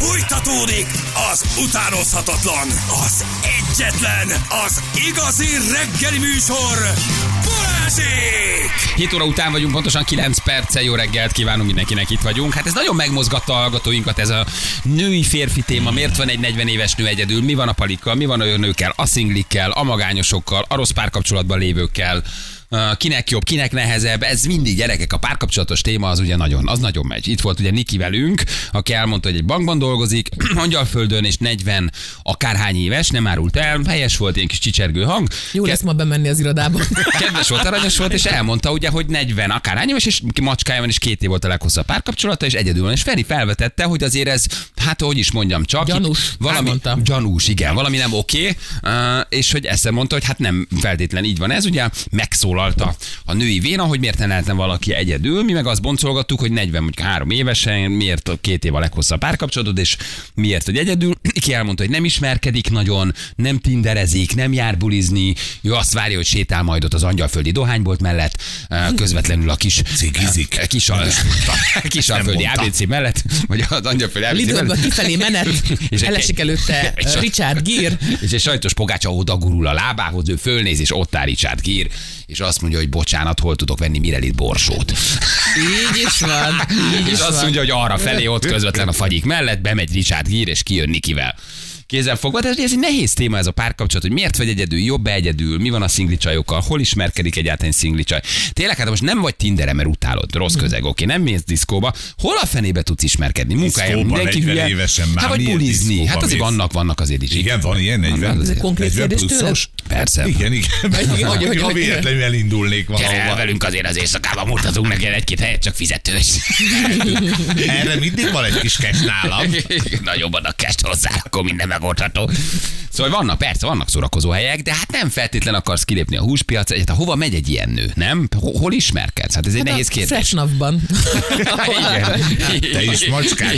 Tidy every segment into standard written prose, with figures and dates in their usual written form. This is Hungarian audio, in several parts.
Fújtatódik az utánozhatatlan, az egyetlen, az igazi reggeli műsor, Balázsék! 7 óra után vagyunk, pontosan 9 perccel. Jó reggelt kívánunk mindenkinek, itt vagyunk. Hát ez nagyon megmozgatta a hallgatóinkat, ez a női-férfi téma. Miért van egy 40 éves nő egyedül? Mi van a palikkal? Mi van a nőkkel? A szinglikkel, a magányosokkal, a rossz párkapcsolatban lévőkkel? Kinek jobb, kinek nehezebb, ez mindig, gyerekek, a párkapcsolatos téma az ugye nagyon megy. Itt volt ugye Niki velünk, aki elmondta, hogy egy bankban dolgozik, Angyalföldön, és 40 akárhány éves, nem árult el, helyes volt, ilyen kis csicsergő hang. Jó lesz ma bemenni az irodába. Kedves volt, aranyos volt, és elmondta ugye, hogy 40 akárhány éves, és macskája van, és 2 év volt a leghosszabb párkapcsolata, és egyedül van. És Feri felvetette, hogy azért ez, hát hogy is mondjam csak. Gyanús. Valami gyanús, igen, valami nem oké, és hogy ezt mondta, hogy hát nem feltétlen így van ez, ugye megszólalt a női véna, hogy miért ne lehetne valaki egyedül. Mi meg azt boncolgattuk, hogy 43 évesen, miért 2 év a leghosszabb párkapcsolatod, és miért, hogy egyedül. Ki elmondta, hogy nem ismerkedik nagyon, nem tinderezik, nem jár bulizni, ő azt várja, hogy sétál majd ott az angyalföldi dohánybolt mellett, közvetlenül a kis cigizik. Kisalföldi ABC mellett, vagy az angyalföldi ABC Lidlből mellett. kifelé menet, és elesik előtte Richard Gere. És egy sajtos pogácsa oda gurul a lábához, ő fölnéz, és ott áll Richard Gere, és azt mondja, hogy bocsánat, hol tudok venni Mirelit borsót. Így is van. És azt mondja, hogy arra felé, ott közvetlen a fagyik mellett, bemegy Richard Gere, és kijön Nikivel. Kézzel fogva, de ez egy nehéz téma ez a párkapcsolat, hogy miért vagy egyedül, jobb egyedül, mi van a szingli csajokkal, hol ismerkedik egyáltalán szingli csaj. Tényleg, hát most nem vagy Tinderen, mert utálod, rossz közeg, oké, nem mész diszkóba, hol a fenébe tudsz ismerkedni? Munkájában mindenki hülye. Évesen már. Hát vagy bulizni, hát azért vannak azért is. Igen, van ilyen 40. Ez egy konkrét kérdés tőled? Persze. Igen. Ha véletlenül elindulnék Gyere el valahova. velünk azért az éjszakában, mutatunk neked egy-két helyet, csak fizetős. Erre mindig van egy kis cash nálam. Nagyobb ad a cash hozzá, akkor minden megoldható. Szóval vannak szórakozó helyek, de hát nem feltétlen akarsz kilépni a húspiacra. Hát hova megy egy ilyen nő, nem? Hol ismerkedsz? Hát ez egy nehéz kérdés. Freshnapban. Te is macskás.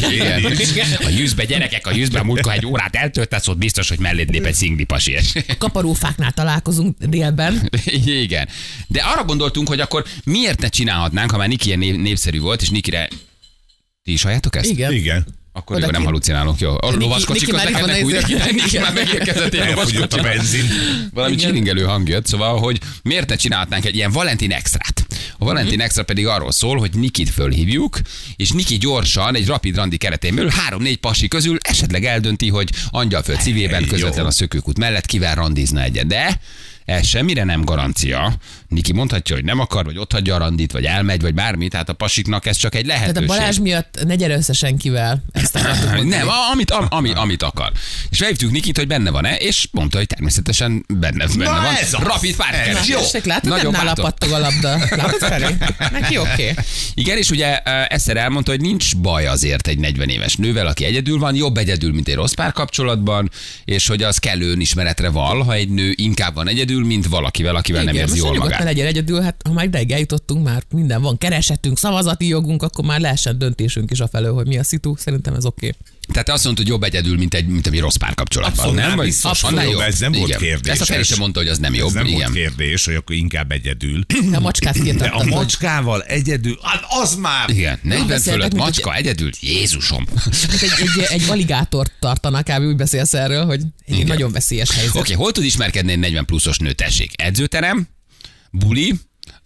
A Jüszbe, gyerekek, a Jüszbe múltkor egy órát eltöltesz, ott biztos, hogy melléd lép egy szingli pasi. A kaparófáknál találkozunk délben. Igen. De arra gondoltunk, hogy akkor miért ne csinálhatnánk, ha már Niki ilyen népszerű volt, és Nikire... Ti is halljátok ezt? Igen. Akkor jó, nem halucinálok, jó. A lovaskocsi közlekednek úgy, Niki már megérkezett egy Elfogyott a benzin. Valami csilingelő hang jött, szóval, hogy miért ne csinálhatnánk egy ilyen Valentin extrát. A Valentin extra pedig arról szól, hogy Nikit fölhívjuk, és Niki gyorsan egy rapid randi keretén belül 3-4 pasi közül esetleg eldönti, hogy Angyalföld szívében közvetlen a Szökőkút mellett kivel randizna egyet. De ez semmire nem garancia. Niki mondhatja, hogy nem akar, vagy ott hagyja a randit, vagy elmegy, vagy bármi, tehát a pasiknak ez csak egy lehetőség. Tehát a Balázs miatt ne gyere össze senkivel. Ezt nem, amit akar. És felhívtuk Nikit, hogy benne van-e, és mondta, hogy természetesen benne van. Ez az. Rapid párkeres. Jó. Látod, nem nála pattog a labda. Látod, Feri? Neki oké. Igen, és ugye Eszter elmondta, hogy nincs baj azért egy 40 éves nővel, aki egyedül van, jobb egyedül, mint egy rossz párkapcsolatban, és hogy az kellő önismeretre val, ha egy nő inkább van egyedül, mint valakivel, akivel nem érzi jól magát. Legyen egyedül, hát ha már ideig eljutottunk, már minden van, keresetünk, szavazati jogunk, akkor már lehessen döntésünk is afelől, hogy mi a szitu. Szerintem ez oké. Tehát te azt mondod, hogy jobb egyedül, mint egy rossz párkapcsolatban, Abszolút, nem? Abszolút, jobb. ez nem volt kérdés. Ezt a Feri sem mondta, hogy az nem jobb. Ez nem igen. volt kérdés, hogy akkor inkább egyedül. De a macskát De kiirtattam. a macskával egyedül, hát az már... Igen, 40 beszéltek, fölött mint macska egyedül, Jézusom. Egy aligátort tartanak, kb. Úgy beszélsz erről, hogy egy nagyon veszélyes helyzet. Oké, hol tud ismerkedni egy 40 pluszos nő, tessék? Edzőterem, buli,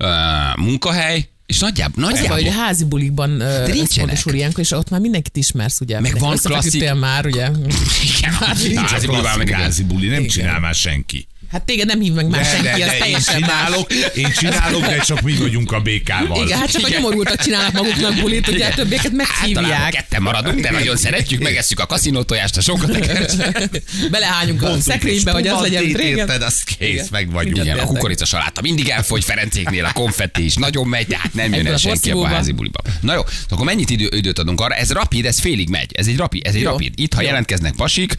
munkahely, és nagyjából. Az hogy a házi bulikban összpontosul ilyenkor, és ott már mindenkit ismersz, ugye? Meg van klasszik... már, ugye? Igen, Nincs a klasszik házi buli, nem csinál már senki. Hát téged nem hív meg már senki, az teljesen más. Én csinálok, de csak mi vagyunk a békával. Igen, hát csak a nyomorultak csinálnak maguknak bulit, ugye a többieket Általában meghívják. ketten maradunk, de nagyon szeretjük, megesszük a kaszinótojást, a sokatekert. Belehányunk a szekrénybe, hogy az legyen régen. Érted, az kész, meg vagyunk. Igen, a kukoricasaláta mindig elfogy, Ferencéknél a konfetti is nagyon megy, de hát nem jön el senki a házi buliba. Na jó, akkor mennyit időt adunk arra? Ez rapid, ez félig megy. Ez egy rapid. Itt, ha jelentkeznek pasik,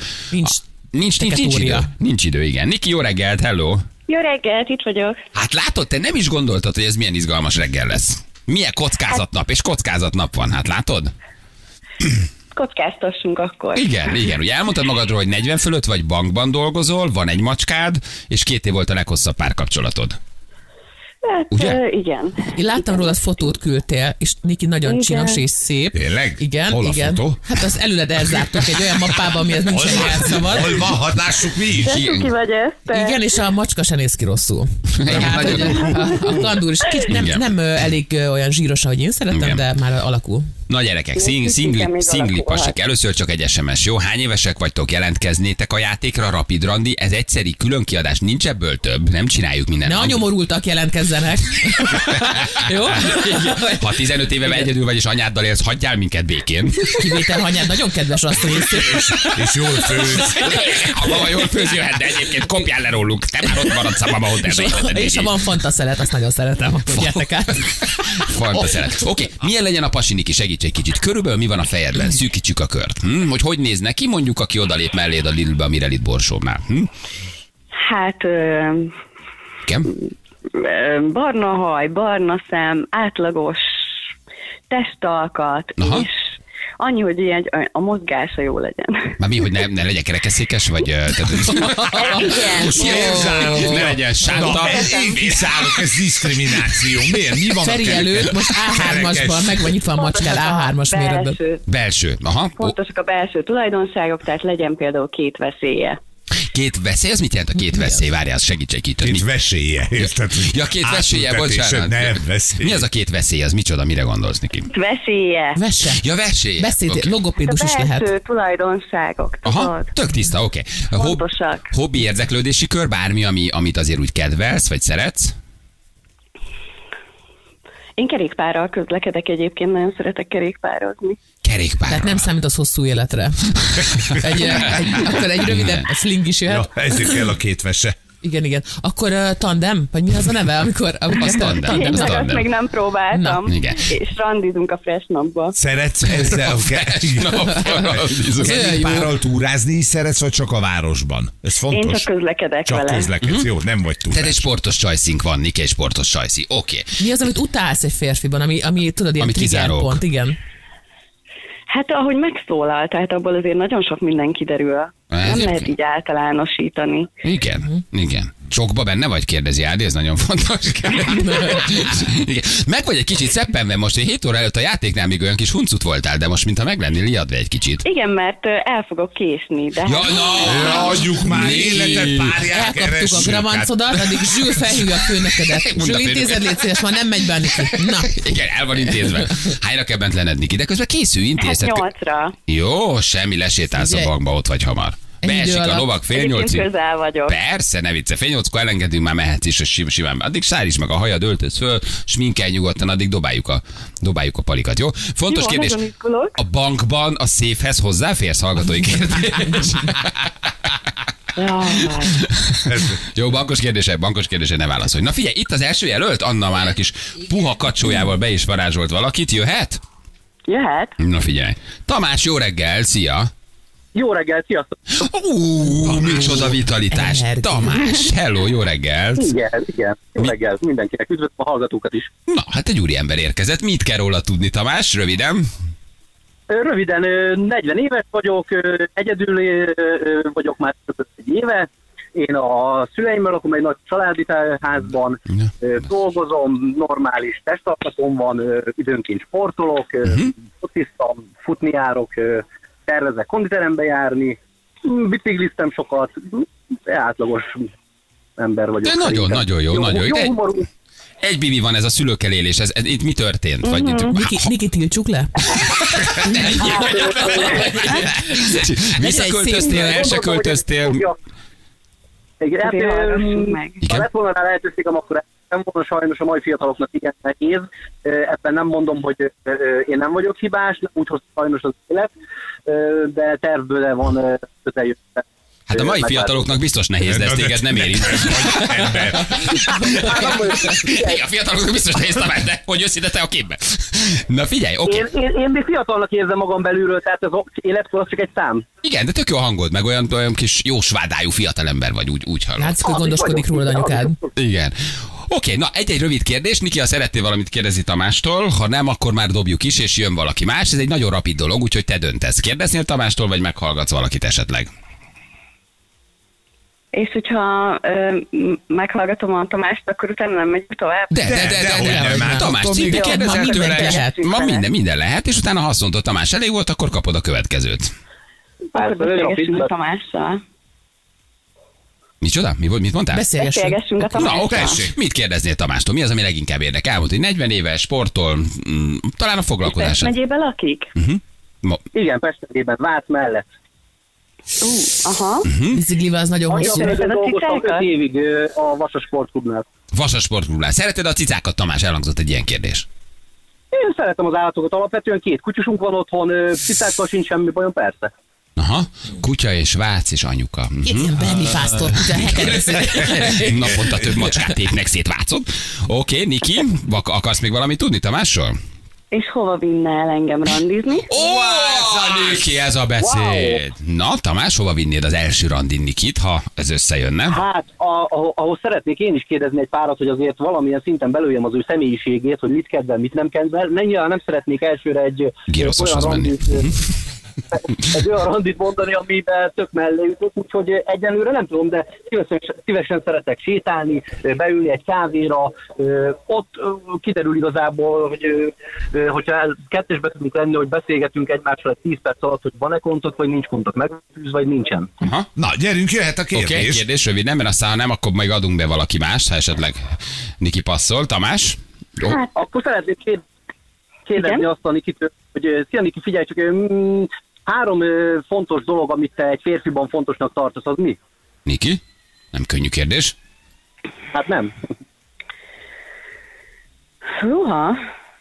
Nincs idő, igen. Niki, jó reggelt, hello! Jó reggelt, itt vagyok. Hát látod, te nem is gondoltad, hogy ez milyen izgalmas reggel lesz. Milyen kockázatnap, és kockázatnap van, hát látod? Kockáztassunk akkor. Igen. Ugye elmondtad magadról, hogy 40 fölött vagy, bankban dolgozol, van egy macskád, és 2 év volt a leghosszabb párkapcsolatod. Hát, Ugye? igen. Én láttam rólad fotót küldtél, és Niki nagyon Igen. csinos és szép. Tényleg? Igen, Hol a igen. fotó? Hát az előled elzártok egy olyan mappába, amihez nincsen jelszavad. Hol van? Hadd lássuk mi is. De ki vagy ezt? te? Igen, és a macska se néz ki rosszul. Tehát, nagyon- hogy a kandúr is Igen. nem elég olyan zsíros, ahogy én szeretem, Igen. de már alakul. Na gyerekek, Igen, szingli még alakulhat. pasik. Először csak egy SMS, jó? Hány évesek vagytok? Jelentkeznétek a játékra, Rapid Randi? Ez egyszeri külön kiadás, nincs ebből több, nem csináljuk minden. Ne a nyomorultak jelentkezzenek. Jó? Ha 15 éve egyedül vagy és anyáddal élsz, hagyjál minket békén. Kivétel hanyád, nagyon kedves azt, hogy És jól főz. A mama jól főz jöhet, de egyébként kopjál le róluk. Te már ott maradsz a mama hotelben. és ha van fantaszelet, azt nagyon szeretem, akkor gyertek át. Fantaszelet. Oké, milyen legyen a pasi, Niki? Segíts egy kicsit. Körülbelül mi van a fejedben? Szűkítsük a kört. Hogy néz neki, mondjuk, aki odalép melléd a Lidlbe, a Mirelit borsónál. Hát Igen? barna haj, barna szem, átlagos testalkat, Aha. és annyi, hogy ilyen, a mozgása jó legyen. Már mi, hogy ne legyen kerekesszékes, vagy... Igen. Ne legyen sánta. Na, én kiszállok, ez diszkrimináció. Miért? Mi van Feri a előtt most A3-asban meg van nyitva a macskál A3-as méretben. Belső, Belső. Aha. fontosak a belső tulajdonságok, tehát legyen például 2 veszélye. Két veszély, az mit jelent a két veszély? Várjál, segíts egy kicsit. Két vesélye, érted? Ja, két veszélye, Átültetése, bocsánat. Nem, veszély. Mi az a két veszély? Az micsoda? Mire gondolsz, Niki? Veszélye. Vesse. Ja, veszély. Beszéd, Oké. logopédus A is belső lehet. tulajdonságok, Aha, tudod? tök tiszta, oké. Fontosak. Hobbi érdeklődési kör, bármi, amit azért úgy kedvelsz, vagy szeretsz? Én kerékpárral közlekedek egyébként, nagyon szeretek kerékpározni. Kerékpár. Tehát nem számít az hosszú életre. Akkor egy rövidebb sling is jöhet. Ja, ezért kell a két vese. Igen. Akkor tandem? Vagy mi az a neve? Amikor Az tandem. Én Ez meg azt tandem. még nem próbáltam. Na, igen. És randizunk a Fresh Napba. Szeretsz ezzel olyan jó. kerékpárral túrázni is szeretsz, vagy csak a városban? Ez fontos. Én csak közlekedek Csak vele. közlekedsz, jó, nem vagy túrás. Tehát egy sportos csajszink van, Niki, egy sportos csajszi. Oké. Mi az, amit utálsz egy férfiban, ami tudod, ilyen Amit trigger kizárók. pont, igen. Hát ahogy megszólal, tehát abból azért nagyon sok minden kiderül. Nem Ezért- lehet így általánosítani. Igen. Csokba benne vagy, kérdezi Ádi, ez nagyon fontos. Igen. Meg vagy egy kicsit szeppenve most, hogy 7 óra előtt a játéknál még olyan kis huncut voltál, de most mintha meg lennél liadva egy kicsit. Igen, mert el fogok késni, de Ja, hát na, Adjuk már Niki. életet, párját Elkaptuk a keressük. gramancodat, addig Zsül felhívja a főnökedet. Mondd a Zsül, főnöket. intézed, légy szíves, már nem megy be a Niki. Na, Igen, el van intézve. Hányra kell bent lenned, Niki? De közben készül, hát intézed. 8-ra. Jó, semmi, lesétálsz a Figyelj. bankba, ott vagy hamar. Ennyi idő Beesik a alatt. lovak fél Egyébként nyolcig. közel vagyok. Persze, ne vicce. Fél nyolckor elengedünk, már mehetsz is, és simán. Addig száríts meg a hajad, öltöz föl, sminkelj nyugodtan, addig dobáljuk a palikat, jó? Fontos Jó, kérdés. nagyon izgulok. A bankban a széfhez hozzáférsz, hallgatói kérdés? Jaj. Jó, bankos kérdése, ne válaszolj. Na figyelj, itt az első jelölt, Anna már a kis puha kacsójával be is varázsolt valakit, jöhet? Jöhet. Na figyelj. Tamás, jó reggel, szia! Jó reggelt, sziasztok! Micsoda vitalitás. Energia. Tamás, hello, jó reggelt! Igen. Jó reggelt mindenkinek. Üdvözlöm a hallgatókat is. Na, hát egy úriember érkezett. Mit kell róla tudni, Tamás? Röviden. Röviden, 40 éves vagyok, egyedül vagyok már egy éve. Én a szüleimmel lakom egy nagy családi házban, dolgozom, normális testalkatom van, időnként sportolok, fociztam, futni járok, tervezek konditerembe járni, bicikliztem sokat, átlagos ember vagyok. De nagyon, szerintem. nagyon jó, nagyon jó. Jó humorú. Egy bibi van ez a szülőkkel élés. Ez itt mi történt? Vagy Niki, tiltsuk le? visszaköltöztél, el se költöztél. Igen, hát, Azért hallgassuk meg. ha Igen? lett volna rá lehetőségem, akkor nem volna sajnos a mai fiataloknak igen nehéz. Ebben nem mondom, hogy én nem vagyok hibás, úgy hoz sajnos az élet, de tervből van közeljövő. Hát a mai fiataloknak biztos nehéz, de ez téged nem érint. A fiataloknak biztos nehéz, Tamás, de hogy jössz ide te a képbe? Na figyelj, oké. Én még fiatalnak érzem magam belülről, tehát az életkor az csak egy szám. Igen, de tök jó a hangod, meg olyan kis jó svádájú fiatalember vagy, úgy hallom. Látszik, hogy gondoskodik rólad anyukád. Igen. Oké, na egy rövid kérdés. Niki, ha szeretnél valamit kérdezni Tamástól, ha nem, akkor már dobjuk is, és jön valaki más. Ez egy nagyon rapid dolog, úgyhogy te döntesz. Kérdeznél Tamástól, vagy meghallgatsz valakit esetleg? És hogyha meghallgatom a Tamást, akkor utána nem megyünk tovább? De. Tamás, Attól Cipri még kérdezel ma mindent tőle, és lehet. ma minden lehet, és utána ha azt mondod, Tamás elég volt, akkor kapod a következőt. Akkor Persze, beszélgessünk jó, a Tamással. Micsoda? Mit mondtál? Beszélgessünk a Na, Tamással. oké. Mit kérdeznél Tamástól? Mi az, ami leginkább érdekel? Elmondta, hogy 40 éves, sportol, talán a Pest foglalkozása. megyében lakik? Igen, Pest megyében, Vác mellett. Aha. Biciklivel az nagyon hosszú. Szereted a Dolgoztam cicákat? 5 évig a Vasas Sportklubnál. Vasas sportklubnál. Szereted a cicákat, Tamás? Elhangzott egy ilyen kérdés. Én szeretem az állatokat, alapvetően 2 kutyusunk van otthon, cicákkal sincs semmi bajom, persze. Aha, kutya és vác és anyuka. Két ilyen vermifásztor kutya hekerészik. Naponta több macskát tépnek szét Vácon. Oké, Niki, akarsz még valamit tudni Tamásról? És hova vinne el engem randizni? Ó, ez a Niki, ez a beszéd. Na, Tamás, hova vinnéd az első randin Nikit, ha ez összejönne? Hát, ahhoz szeretnék én is kérdezni egy párat, hogy azért valamilyen szinten belőjem az ő személyiségét, hogy mit kedvel, mit nem kedvel. Nem szeretnék elsőre egy Gyroszoshoz menni. egy olyan randit mondani, amiben tök mellé jutok, úgyhogy egyelőre nem tudom, de szívesen szeretek sétálni, beülni egy kávéra, ott kiderül igazából, hogy hogyha kettesbe tudunk lenni, hogy beszélgetünk egymással egy 10 perc alatt, hogy van-e kontakt, vagy nincs kontakt, megfűz, vagy nincsen. Aha. Na, gyerünk, jöhet a Oké, kérdés. kérdés rövid, nem, mert aztán ha nem, akkor majd adunk be valaki más, ha esetleg Niki passzol. Tamás? Jó. Hát, Akkor szeretnék kérdezni Igen? azt a Nikitől, hogy szia Niki, figyelj csak, 3 fontos dolog, amit te egy férfiban fontosnak tartasz, az mi? Niki? Nem könnyű kérdés. Hát nem. húha.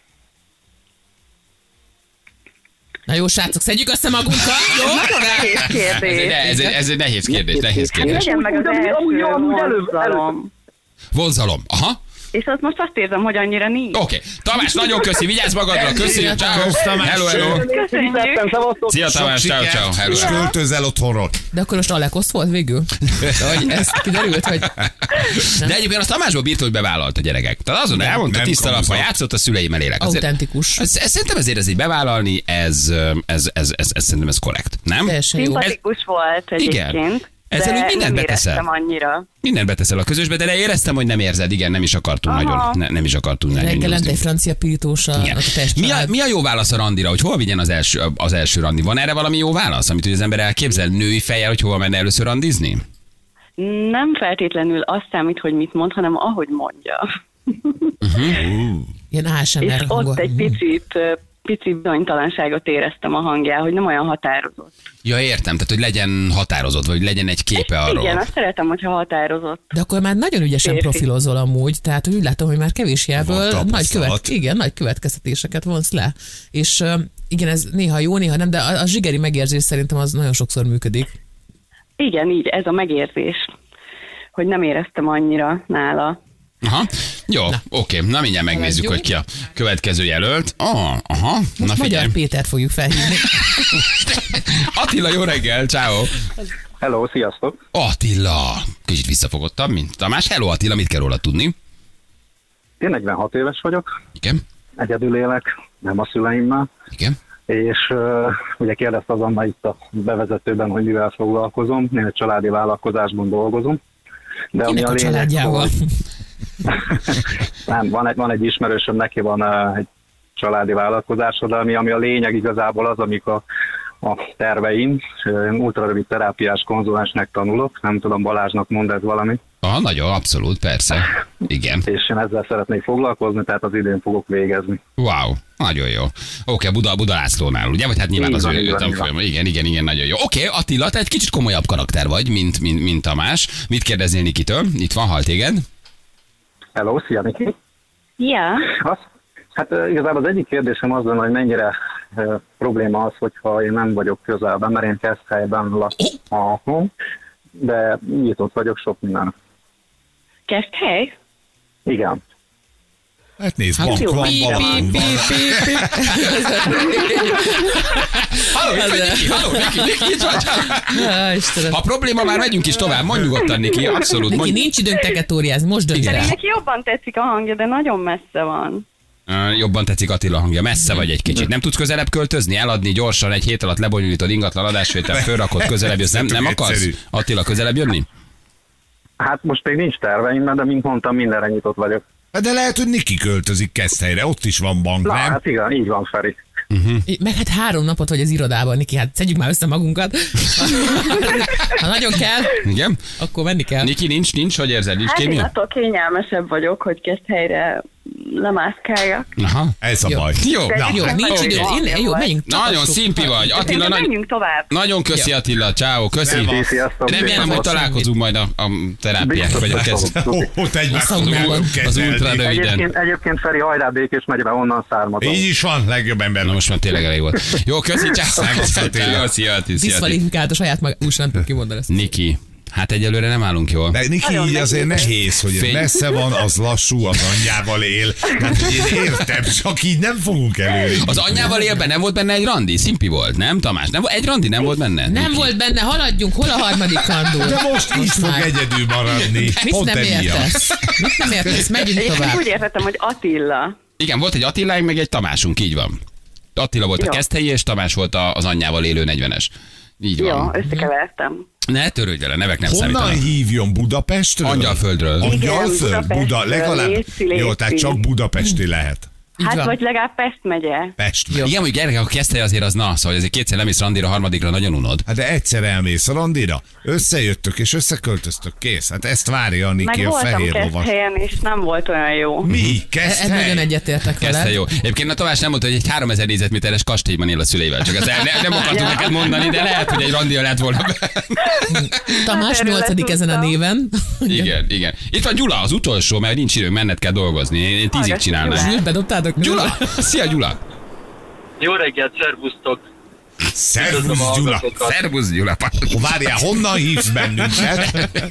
Na jó, srácok, szedjük össze magunkat, jó? Nehéz kérdés. Ez egy nehéz kérdés, nehéz kérdés. Legyen meg az Amúgy első előbb. vonzalom. Vonzalom, aha. És azt most azt érzem, hogy annyira nincs. Oké. Tamás, nagyon köszi, vigyázz magadra, köszi, ciao. Hello, hello. Köszönjük. Szia Tamás, ciao, ciao, hello. És költöz el otthonról. De akkor most Alekosz volt végül? Hogy ez kiderült, hogy... De egyébként azt Tamásból bírta, hogy bevállalt a gyerekek. Tehát azon elmondta, nem tiszta lappa kamuzott. játszott, a szüleimmel élek. Azért- Autentikus. Szerintem ezért ez így bevállalni, ez szerintem ez korrekt, nem? Teljesen jó. Szimpatikus volt Igen. egyébként. Ezzel de úgy mindent nem beteszel. éreztem annyira. Mindent beteszel a közösbe, de éreztem, hogy nem érzed, igen, nem is akartunk Aha. nagyon, nem is akartunk nagyon Reggelente nyúzni. egy francia pirítós a Igen. testcsalád. Mi a jó válasz a randira, hogy hol vigyen az első randi? Van erre valami jó válasz, amit az ember elképzel női fejjel, hogy hova menne először randizni? Nem feltétlenül azt számít, hogy mit mond, hanem ahogy mondja. Ilyen És ASMR hangol. ott egy pici bizonytalanságot éreztem a hangján, hogy nem olyan határozott. Ja, értem, tehát hogy legyen határozott, vagy legyen egy képe arról. Igen, azt szeretem, hogyha határozott. De akkor már nagyon ügyesen Férfi. profilozol amúgy, tehát úgy látom, hogy már kevés jelből Van nagy, tapasztalat. nagy következtetéseket vonsz le. És igen, ez néha jó, néha nem, de a zsigeri megérzés szerintem az nagyon sokszor működik. Igen, így, ez a megérzés, hogy nem éreztem annyira nála. Aha, jó, oké, na mindjárt megnézzük, jó. hogy ki a következő jelölt. Aha, na Most figyelj. Magyar Pétert fogjuk felhívni. Attila, jó reggel, ciao. Hello, sziasztok! Attila, kicsit visszafogottabb, mint Tamás. Hello Attila, mit kell róla tudni? Én 46 éves vagyok, Igen, egyedül élek, nem a szüleimmel, igen. és ugye kérdezte azonban itt a bevezetőben, hogy mivel foglalkozom. Én egy családi vállalkozásban dolgozom. De Kinek a lényeg, családjával? hogy- Nem, van egy ismerősöm, neki van egy családi vállalkozása, de ami a lényeg igazából az, amik a terveim. Ultrarövid terápiás konzulensnek tanulok, nem tudom, Balázsnak mond ez valami, Aha, nagyon, abszolút, persze. Igen. és én ezzel szeretnék foglalkozni, tehát az idén fogok végezni. Wow, nagyon jó. Oké, Buda Lászlónál, ugye? Vagy hát nyilván Így az van, ő így van, tanfolyam. Igen, nagyon jó. Oké, Attila, te egy kicsit komolyabb karakter vagy, mint Tamás. Mit kérdeznél Nikitől? Itt van, hall téged. Hello, szia Niki! Ja, Hát igazából az egyik kérdésem az lenne, hogy mennyire probléma az, hogyha én nem vagyok közelben, mert én Keszthelyben lakom, de nyitott vagyok sok minden. Keszthely? Igen. Hát nézd, bank jó. van, balány van. Halló, itt vagy Niki, halló, Niki, itt vagy. Ja, Istenem. Ha probléma, már megyünk is tovább. Mondj nyugodtan, Niki, abszolút. Neki Mondj. nincs időnk teketóriázni, most dönts Igen. el. Neki jobban tetszik a hangja, de nagyon messze van. Jobban tetszik Attila hangja, messze vagy egy kicsit. Nem tudsz közelebb költözni, eladni gyorsan, egy hét alatt lebonyolítod ingatlan adásvétel, fölrakod, közelebb jössz. Nem akarsz Egyszerű. Attila közelebb jönni? Hát most még nincs terveim, de mint mondtam, mindenre nyitott vagyok. De lehet, hogy Niki költözik Keszthelyre, ott is van bank, Na, nem? hát igen, így van, Feri. Meg hát 3 napot vagy az irodában, Niki, hát szedjük már össze magunkat. Ha nagyon kell, Igen? akkor menni kell. Niki, nincs, hogy érzed? Nincs Hát én kémia? attól kényelmesebb vagyok, hogy Keszthelyre lemászkáljak. Aha. Ez a Jó. baj. Jó. Na, Jó, nincs Oké. idő. Jó, menjünk. Nagyon csapattuk. szimpi vagy. Attila, Szerintem menjünk tovább. nagyon köszi Attila, ciao, köszi. Nem van. Sziasztok. Remélem, hogy találkozunk majd a terápiák, vagy a kezd. Ott egymás A szaunában. fogunk Az kezelni. ultra röviden. Egyébként Feri hajrá Békés megybe, onnan származom. Így is van, legjobb ember. Na most már tényleg elég volt. Jó, köszi, ciao. Jó, szia, Ati. Diszkvalifikált a saját maga. Úgy sem nem tudom kimondani ezt. Niki, hát egyelőre nem állunk jól. De Niki Nagyon így azért nehéz. nehéz, hogy Fény. messze van, az lassú, az anyjával él. Hát hogy én értem, csak így nem fogunk előre. Az anyjával élben nem volt benne egy randi? Szimpi volt, nem Tamás? Nem, egy randi nem volt benne? Nem Niki? volt benne, haladjunk, hol a harmadik kandul? De most így fog már. egyedül maradni. Mit Pont nem emiatt. értesz? Mit nem értesz? Megyünk Én tovább. úgy értettem, hogy Attila. Igen, volt egy Attiláink, meg egy Tamásunk, így van. Attila volt a Jó. Keszthelyi, és Tamás volt az anyjával élő 40-es. Így Jó, van. összekevertem. Ne törődj vele, nevek nem Honnan számítanak. hívjon? Budapestről? Angyalföldről. Angyalföld? Budapestről, Buda, legalább. léci. Jó, tehát csak budapesti lehet. Így Hát van. vagy legalább Pest megye. Pest. Jó. Igen, mondjuk gyerekek, a Keszthely azért az na, szóval azért kétszer lemész randira, harmadikra nagyon unod. Hát de egyszer elmész a randira, összejöttök és összeköltöztök, kész. Hát ezt várja a Niki, Meg a voltam fehér lovas. Keszthelyen, és nem volt olyan jó. Mi? Ez nagyon Keszthely? egyetértek Keszthely veled. jó. Egyébként a Tamás nem mondta, hogy egy 3000 négyzetméteres kastélyban él a szüleivel, csak ezt nem akartuk neked mondani, de lehet, hogy egy randira lett volna. Tamás Erről 8. ezen a tudtam. néven. Igen, igen. Itt van Gyula, az utolsó, mert nincs időnk, menned kell dolgozni. Én 10-ig Hallgass, csinálnám. Gyula. Zsült, bedobtátok? Gyula! Szia, Gyula! Jó reggelt, szervusztok! Szervusz, Gyula. Szervusz, Gyula! Várjál, honnan hívsz bennünket?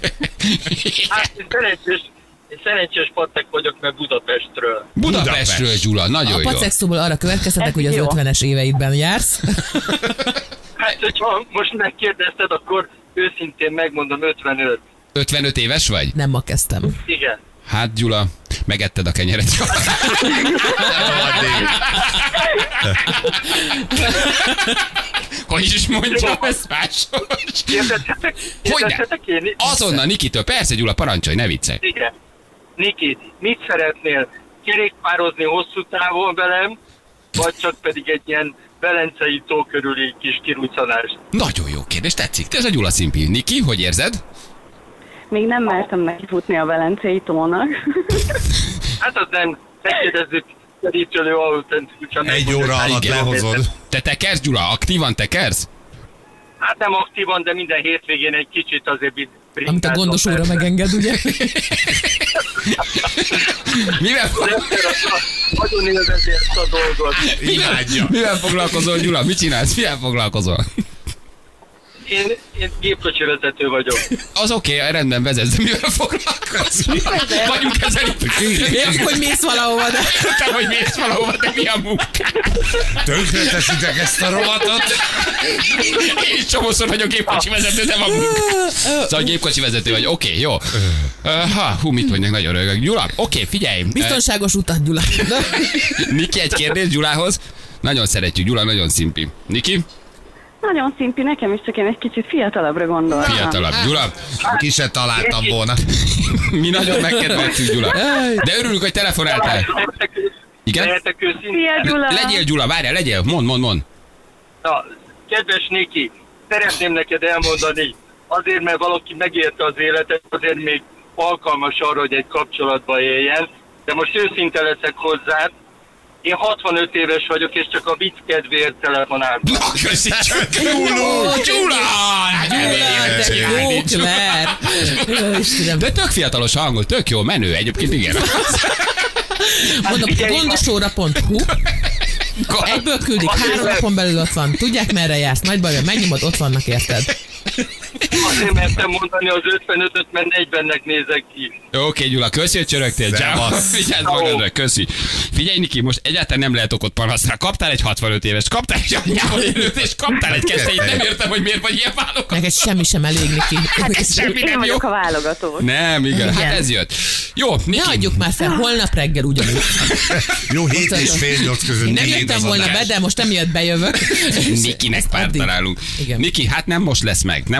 Hát, én szerencsés patek vagyok, mert Budapestről. Budapestről, Gyula, nagyon A jó. pacexóból arra következtetek, Ez hogy az jó. 50-es éveidben jársz. Hát, hogyha most megkérdezted, akkor őszintén megmondom 55. 55 éves vagy? Nem ma kezdtem. Igen. Hát, Gyula, megetted a kenyeret. Hogy is mondjam, ez másos. Kérdezhetek? Kérdezhetek én? Azonnal Nikitől, persze, Gyula, parancsolj, ne viccelj. Igen. Niki, mit szeretnél? Kerékpározni hosszú távon velem, vagy csak pedig egy ilyen Velencei tó körüli kis kiruccanást? Nagyon jó kérdés, tetszik. Ez a Gyula szimpi. Niki, hogy érzed? Még nem mertem nekifutni a Velencei tónak. Hát az nem, megkérdezzük kerítőlő autentikusán. Egy óra alatt Igen. lehozod. Te tekersz, Gyula? Aktívan tekersz? Hát nem aktívan, de minden hétvégén egy kicsit azért Amit a gondos óra megenged, ugye? Mivel, Nagyon élvezi ezt a dolgot. Imádja. mivel foglalkozol, Gyula? Mit csinálsz? Mivel foglalkozol? Én gépkocsivezető vagyok. Az oké, rendben vezetsz, de mivel foglalkozol? Vagyunk kezelítők. Értjük, hogy mész valahova, de... Te, hogy mész valahova, de mi a munkád? Tönkre teszitek ezt a rovatot. Én is csomószor vagyok gépkocsi vezető, de van munkád. Szóval gépkocsi vezető vagy, oké, jó. Mit mondják, nagyon rögök. Gyula, oké, figyelj. Biztonságos utat, Gyula. Niki, egy kérdés Gyulához. Nagyon szeretjük, Gyula, nagyon szimpi. Niki? Nagyon szimpi, nekem is csak én egy kicsit fiatalabbra gondoltam. Fiatalabb. Gyula, Ki se találtam volna. mi nagyon megkedveltük, Gyula. De örülünk, hogy telefonáltál. Igen? Lehetek őszintén? Szia, Gyula! Legyél, Gyula, várjál, legyél. Mond. Na, kedves Niki, szeretném neked elmondani, azért, mert valaki megérte az életet, azért még alkalmas arra, hogy egy kapcsolatba éljen, de most őszinte leszek hozzád, én 65 éves vagyok, és csak a vicc kedvéért telefonáltam. Na, köszi csak. Gyula! De jó, Kler. Jó, Istenem. De tök fiatalos hangol, tök jó, menő egyébként, igen. Mondom, figyelj, gondosóra.hu. Egyből küldik, 3 napon belül ott van. Tudják, merre jársz, nagy baj, megnyomod, ott vannak, érted? Azért mertem mondani az 55-öt, mert 40-nek nézek ki. Oké, Gyula, köszi, hogy csörögtél. Ciao. Vigyázz magadra, köszi. Figyelj, Niki, most egyáltalán nem lehet okot panaszra. Kaptál egy 65 éves, kaptál egy anyjával élőt, és kaptál egy Keszthelyit. Nem értem, hogy miért vagy ilyen válogató. Neked semmi sem elég, Niki. Semmi Én nem jó. vagyok a válogató. Nem, igen, hát ez jött. Jó, Ne Niki. adjuk már fel, holnap reggel ugyanúgy. Jó, 7 és fél 8 között. Én nem kimégy jöttem az volna be, adás. de most emiatt bejövök. Nikinek Ezt párt addig. találunk. Igen. Niki, hát nem most lesz meg. Nem most lesz meg.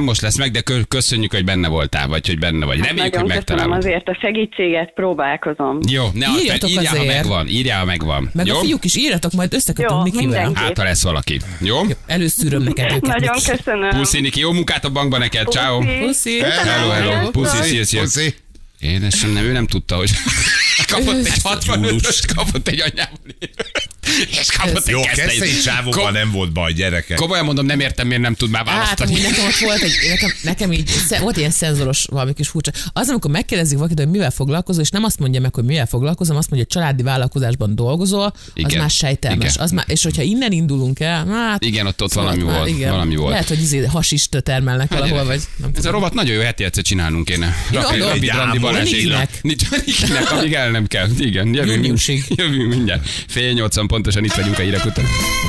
meg, de köszönjük, hogy benne voltál, vagy hogy benne vagy. Reméljük, hogy Nagyon köszönöm megtalálod. azért a segítséget, próbálkozom. Jó, ne Írjatok írjál, ha azért. megvan. Írjál, ha megvan. Meg Jó? a fiúk is írjatok, majd összekötöm Jó, Nikivel. mindenki. Hát, ha lesz valaki. Jó? Előszűröm neked őket. Nagyon Niki. köszönöm. Puszi, Niki, jó munkát a bankban neked. Ciao. Puszi. Hello. Puszi, szia. Puszi. Édesem, nem, ő nem tudta, hogy kapott egy 65-öst, kapott egy anyából. És kapott egy Jó, keszteit. Keszthelyi csávóval nem volt baj, gyerekek. Komolyan mondom, nem értem, miért nem tud már Hát, választani. amúgy nekem ott volt nekem így, volt ilyen szenzoros valami kis furcsa. Az, amikor megkérdezik valakit, hogy mivel foglalkozol, és nem azt mondja meg, hogy mivel foglalkozom, azt mondja, hogy családi vállalkozásban dolgozol, az Igen. már sejtelmes. Igen. Az már, és hogyha innen indulunk el, hát... Igen, ott szóval valami már volt. igen. Valami volt. Lehet, hogy hasist termelnek valahol, vagy nem Ez a tudom. rovat nagyon jó, heti egyszer csinálnunk kéne. adom. Rapid Randi Balázséknak. Nikinek. Amíg el nem kell. Igen, jövünk Júniusig. mindjárt. 7:30 pontosan itt vagyunk a hírek után.